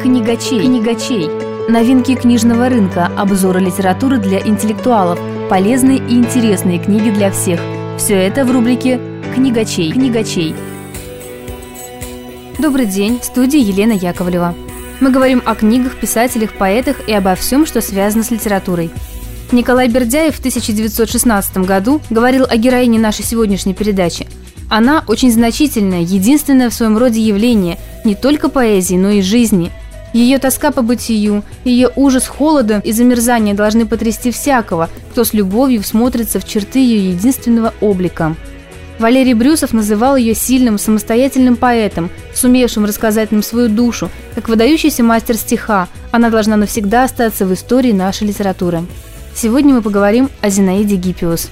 Книгачей. Новинки книжного рынка, обзоры литературы для интеллектуалов, полезные и интересные книги для всех. Все это в рубрике «Книгачей». Добрый день, в студии Елена Яковлева. Мы говорим о книгах, писателях, поэтах и обо всем, что связано с литературой. Николай Бердяев в 1916 году говорил о героине нашей сегодняшней передачи. Она очень значительное, единственное в своем роде явление не только поэзии, но и жизни. Ее тоска по бытию, ее ужас холода и замерзания должны потрясти всякого, кто с любовью всмотрится в черты ее единственного облика. Валерий Брюсов называл ее сильным, самостоятельным поэтом, сумевшим рассказать нам свою душу, как выдающийся мастер стиха. Она должна навсегда остаться в истории нашей литературы. Сегодня мы поговорим о Зинаиде Гиппиус.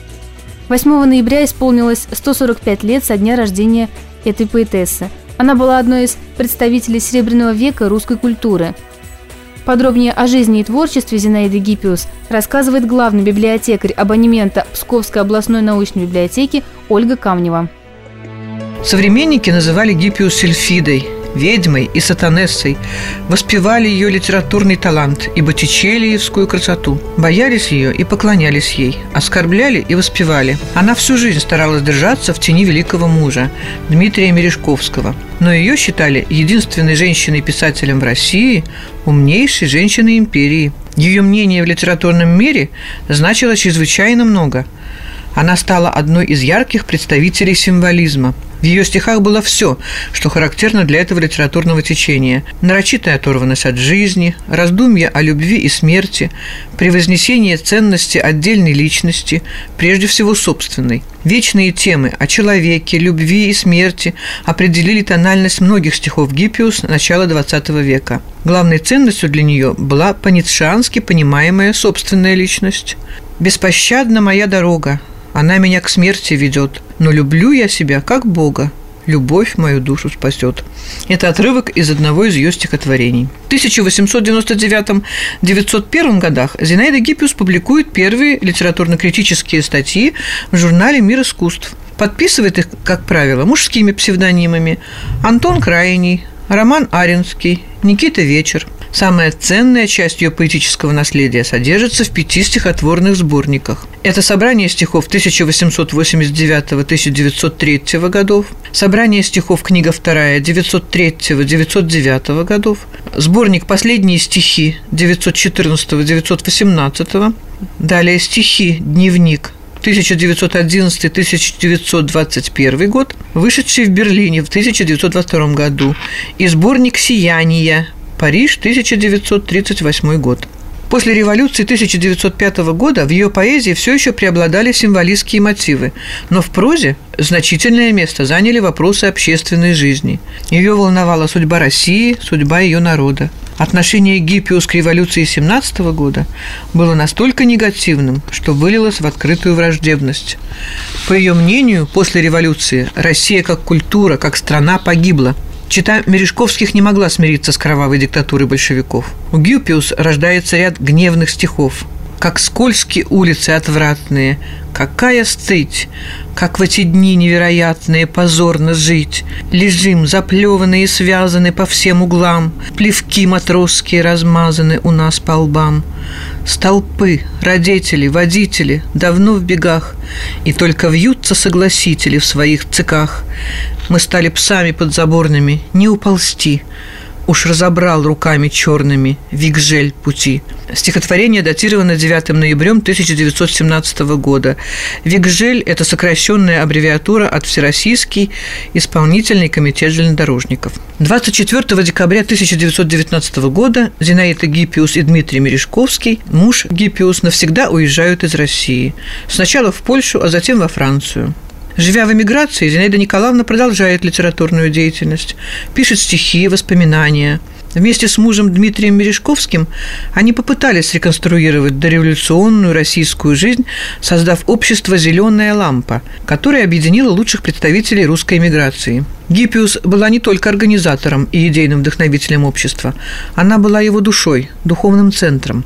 8 ноября исполнилось 145 лет со дня рождения этой поэтессы. Она была одной из представителей Серебряного века русской культуры. Подробнее о жизни и творчестве Зинаиды Гиппиус рассказывает главный библиотекарь абонемента Псковской областной научной библиотеки Ольга Камнева. Современники называли Гиппиус Сильфидой, ведьмой и сатанессой, воспевали ее литературный талант и боттичеллиевскую красоту, боялись ее и поклонялись ей, оскорбляли и воспевали. Она всю жизнь старалась держаться в тени великого мужа Дмитрия Мережковского, но ее считали единственной женщиной-писателем в России, умнейшей женщиной империи. Ее мнение в литературном мире значило чрезвычайно много. Она стала одной из ярких представителей символизма. В ее стихах было все, что характерно для этого литературного течения. Нарочитая оторванность от жизни, раздумья о любви и смерти, превознесение ценности отдельной личности, прежде всего собственной. Вечные темы о человеке, любви и смерти определили тональность многих стихов Гиппиус начала XX века. Главной ценностью для нее была по-ницшеански понимаемая собственная личность. «Беспощадна моя дорога, она меня к смерти ведет, но люблю я себя как Бога, любовь мою душу спасет». Это отрывок из одного из ее стихотворений. В 1899-901 годах Зинаида Гиппиус публикует первые литературно-критические статьи в журнале «Мир искусств». Подписывает их, как правило, мужскими псевдонимами: Антон Крайний, Роман Аренский, Никита Вечер. Самая ценная часть ее поэтического наследия содержится в 5 стихотворных сборниках. Это собрание стихов 1889-1903 годов, собрание стихов «Книга вторая» 903-909 годов, сборник «Последние стихи» 914-918, далее стихи «Дневник» 1911-1921 год, вышедший в Берлине в 1922 году, и сборник «Сияния», Париж, 1938 год. После революции 1905 года в ее поэзии все еще преобладали символистские мотивы, но в прозе значительное место заняли вопросы общественной жизни. Ее волновала судьба России, судьба ее народа. Отношение Гиппиус к революции 1917 года было настолько негативным, что вылилось в открытую враждебность. По ее мнению, после революции Россия как культура, как страна погибла. Чета Мережковских не могла смириться с кровавой диктатурой большевиков. У Гиппиус рождается ряд гневных стихов. «Как скользкие улицы отвратные, какая стыть, как в эти дни невероятные позорно жить. Лежим, заплеванные и связаны по всем углам, плевки матросские размазаны у нас по лбам. Столпы, родители, водители давно в бегах, и только вьются согласители в своих циках. Мы стали псами подзаборными, не уползти. Уж разобрал руками черными вигжель пути». Стихотворение датировано 9 ноябрем 1917 года. Вигжель – это сокращенная аббревиатура от Всероссийский исполнительный комитет железнодорожников. 24 декабря 1919 года Зинаида Гиппиус и Дмитрий Мережковский, муж Гиппиус, навсегда уезжают из России. Сначала в Польшу, а затем во Францию. Живя в эмиграции, Зинаида Николаевна продолжает литературную деятельность, пишет стихи, воспоминания. Вместе с мужем Дмитрием Мережковским они попытались реконструировать дореволюционную российскую жизнь, создав общество «Зеленая лампа», которое объединило лучших представителей русской эмиграции. Гиппиус была не только организатором и идейным вдохновителем общества, она была его душой, духовным центром.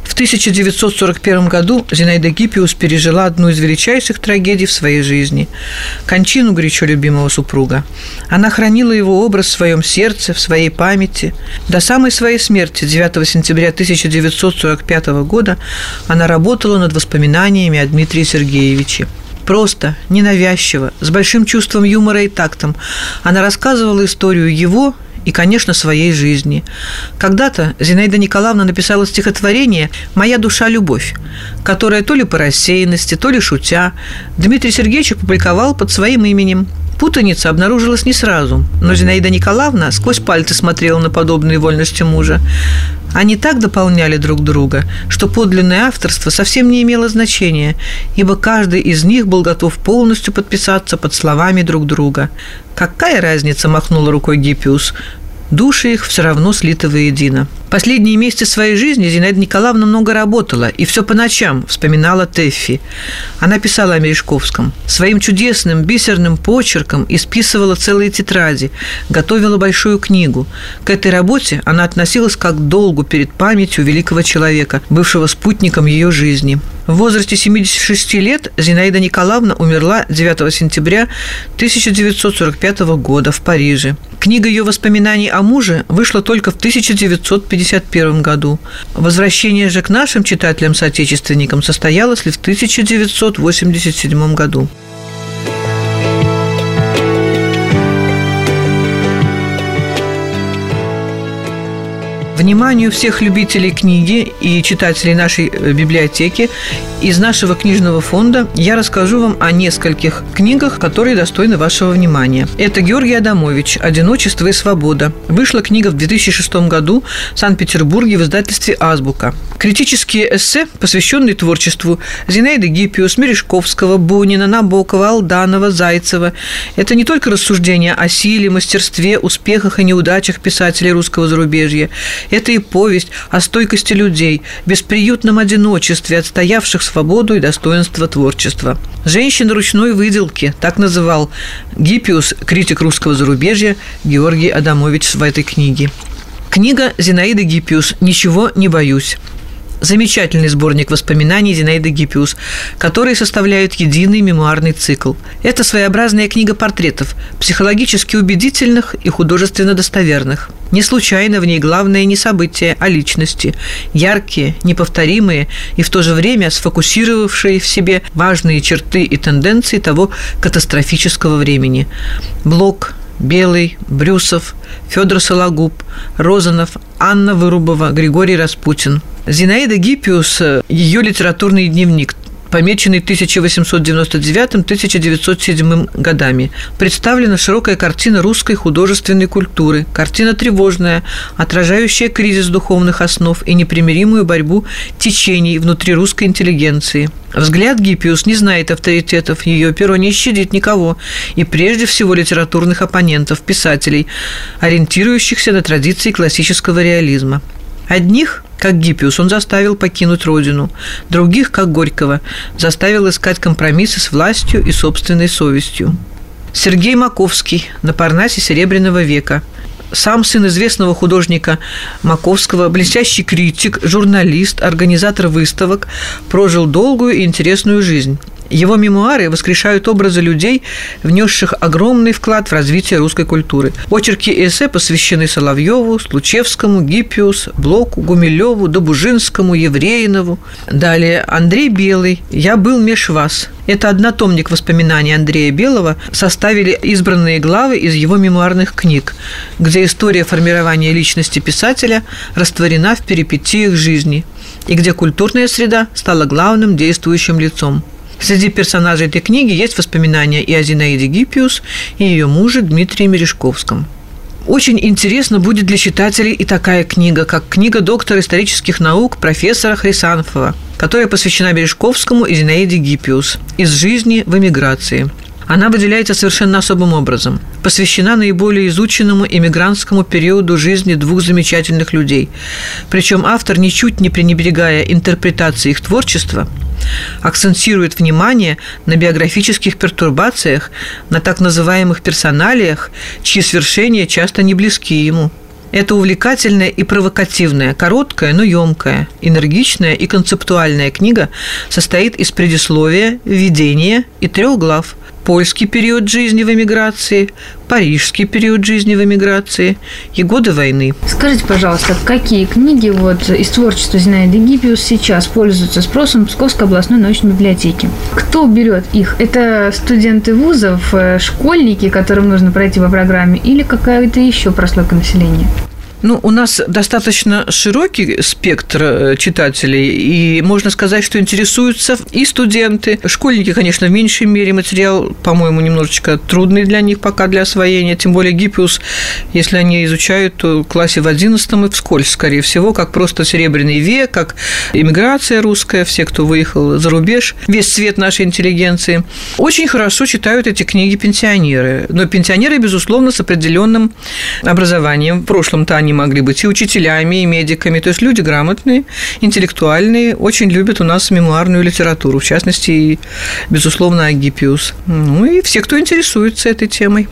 В 1941 году Зинаида Гиппиус пережила одну из величайших трагедий в своей жизни – кончину горячо любимого супруга. Она хранила его образ в своем сердце, в своей памяти. До самой своей смерти 9 сентября 1945 года она работала над воспоминаниями о Дмитрии Сергеевиче. Просто, ненавязчиво, с большим чувством юмора и тактом она рассказывала историю его и, конечно, своей жизни. Когда-то Зинаида Николаевна написала стихотворение «Моя душа – любовь», которое то ли по рассеянности, то ли шутя Дмитрий Сергеевич опубликовал под своим именем. Путаница обнаружилась не сразу, но Зинаида Николаевна сквозь пальцы смотрела на подобные вольности мужа. Они так дополняли друг друга, что подлинное авторство совсем не имело значения, ибо каждый из них был готов полностью подписаться под словами друг друга. «Какая разница?» – махнула рукой Гиппиус. Души их все равно слиты воедино. Последние месяцы своей жизни Зинаида Николаевна много работала и все по ночам вспоминала Тэффи. Она писала о Мережковском. Своим чудесным, бисерным почерком исписывала целые тетради, готовила большую книгу. К этой работе она относилась как к долгу перед памятью великого человека, бывшего спутником ее жизни. В возрасте 76 лет Зинаида Николаевна умерла 9 сентября 1945 года в Париже. Книга ее воспоминаний о муже вышла только в 1951 году. Возвращение же к нашим читателям-соотечественникам состоялось лишь в 1987 году. Вниманию всех любителей книги и читателей нашей библиотеки из нашего книжного фонда я расскажу вам о нескольких книгах, которые достойны вашего внимания. Это Георгий Адамович «Одиночество и свобода». Вышла книга в 2006 году в Санкт-Петербурге в издательстве «Азбука». Критические эссе, посвященные творчеству Зинаиды Гиппиус, Мережковского, Бунина, Набокова, Алданова, Зайцева. Это не только рассуждения о силе, мастерстве, успехах и неудачах писателей русского зарубежья. Это и повесть о стойкости людей, бесприютном одиночестве, отстоявших свободу и достоинство творчества. «Женщина ручной выделки» – так называл Гиппиус, критик русского зарубежья Георгий Адамович в этой книге. Книга Зинаиды Гиппиус «Ничего не боюсь». Замечательный сборник воспоминаний Зинаиды Гиппиус, которые составляют единый мемуарный цикл. Это своеобразная книга портретов, психологически убедительных и художественно достоверных. Не случайно в ней главное не события, а личности, яркие, неповторимые и в то же время сфокусировавшие в себе важные черты и тенденции того катастрофического времени. Блок, Белый, Брюсов, Федор Сологуб, Розанов, Анна Вырубова, Григорий Распутин. Зинаида Гиппиус, ее литературный дневник, помеченный 1899-1907 годами. Представлена широкая картина русской художественной культуры, картина тревожная, отражающая кризис духовных основ и непримиримую борьбу течений внутри русской интеллигенции. Взгляд Гиппиус не знает авторитетов, ее перо не щадит никого, и прежде всего литературных оппонентов, писателей, ориентирующихся на традиции классического реализма. Одних, как Гиппиус, он заставил покинуть родину, других, как Горького, заставил искать компромиссы с властью и собственной совестью. Сергей Маковский на Парнасе Серебряного века. Сам сын известного художника Маковского, блестящий критик, журналист, организатор выставок, прожил долгую и интересную жизнь. Его мемуары воскрешают образы людей, внесших огромный вклад в развитие русской культуры. Очерки и эссе посвящены Соловьеву, Случевскому, Гиппиус, Блоку, Гумилеву, Добужинскому, Евреинову. Далее Андрей Белый «Я был меж вас». Это однотомник воспоминаний Андрея Белого составили избранные главы из его мемуарных книг, где история формирования личности писателя растворена в перипетиях жизни и где культурная среда стала главным действующим лицом. Среди персонажей этой книги есть воспоминания и о Зинаиде Гиппиус, и ее муже Дмитрии Мережковском. Очень интересно будет для читателей и такая книга, как книга доктора исторических наук профессора Хрисанфова, которая посвящена Мережковскому и Зинаиде Гиппиус «Из жизни в эмиграции». Она выделяется совершенно особым образом. Посвящена наиболее изученному эмигрантскому периоду жизни двух замечательных людей. Причем автор, ничуть не пренебрегая интерпретацией их творчества, акцентирует внимание на биографических пертурбациях, на так называемых персоналиях, чьи свершения часто не близки ему. Это увлекательная и провокативная, короткая, но емкая, энергичная и концептуальная книга состоит из предисловия, введения и 3 глав. Польский период жизни в эмиграции, парижский период жизни в эмиграции и годы войны. Скажите, пожалуйста, какие книги из творчества Зинаиды Гиппиус сейчас пользуются спросом в Псковской областной научной библиотеке? Кто берет их? Это студенты вузов, школьники, которым нужно пройти по программе, или какая-то еще прослойка населения? У нас достаточно широкий спектр читателей, и можно сказать, что интересуются и студенты. Школьники, конечно, в меньшей мере. Материал, по-моему, немножечко трудный для них пока для освоения. Тем более Гиппиус, если они изучают, то в классе в 11-м и вскользь, скорее всего, как просто Серебряный век, как эмиграция русская, все, кто выехал за рубеж, весь цвет нашей интеллигенции. Очень хорошо читают эти книги пенсионеры. Но пенсионеры, безусловно, с определенным образованием. В прошлом-то они могли быть и учителями, и медиками. То есть люди грамотные, интеллектуальные, очень любят у нас мемуарную литературу, в частности, и, безусловно, Гиппиус. И все, кто интересуется этой темой.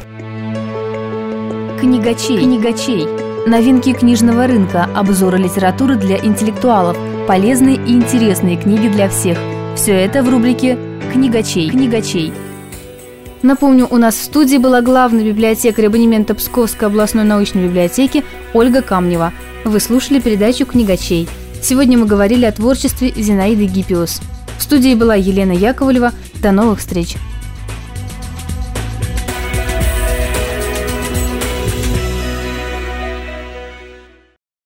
Книгачей. Новинки книжного рынка, обзоры литературы для интеллектуалов, полезные и интересные книги для всех. Все это в рубрике «Книгачей». Напомню, у нас в студии была главный библиотекарь абонемента Псковской областной научной библиотеки Ольга Камнева. Вы слушали передачу «Книгачей». Сегодня мы говорили о творчестве Зинаиды Гиппиус. В студии была Елена Яковлева. До новых встреч!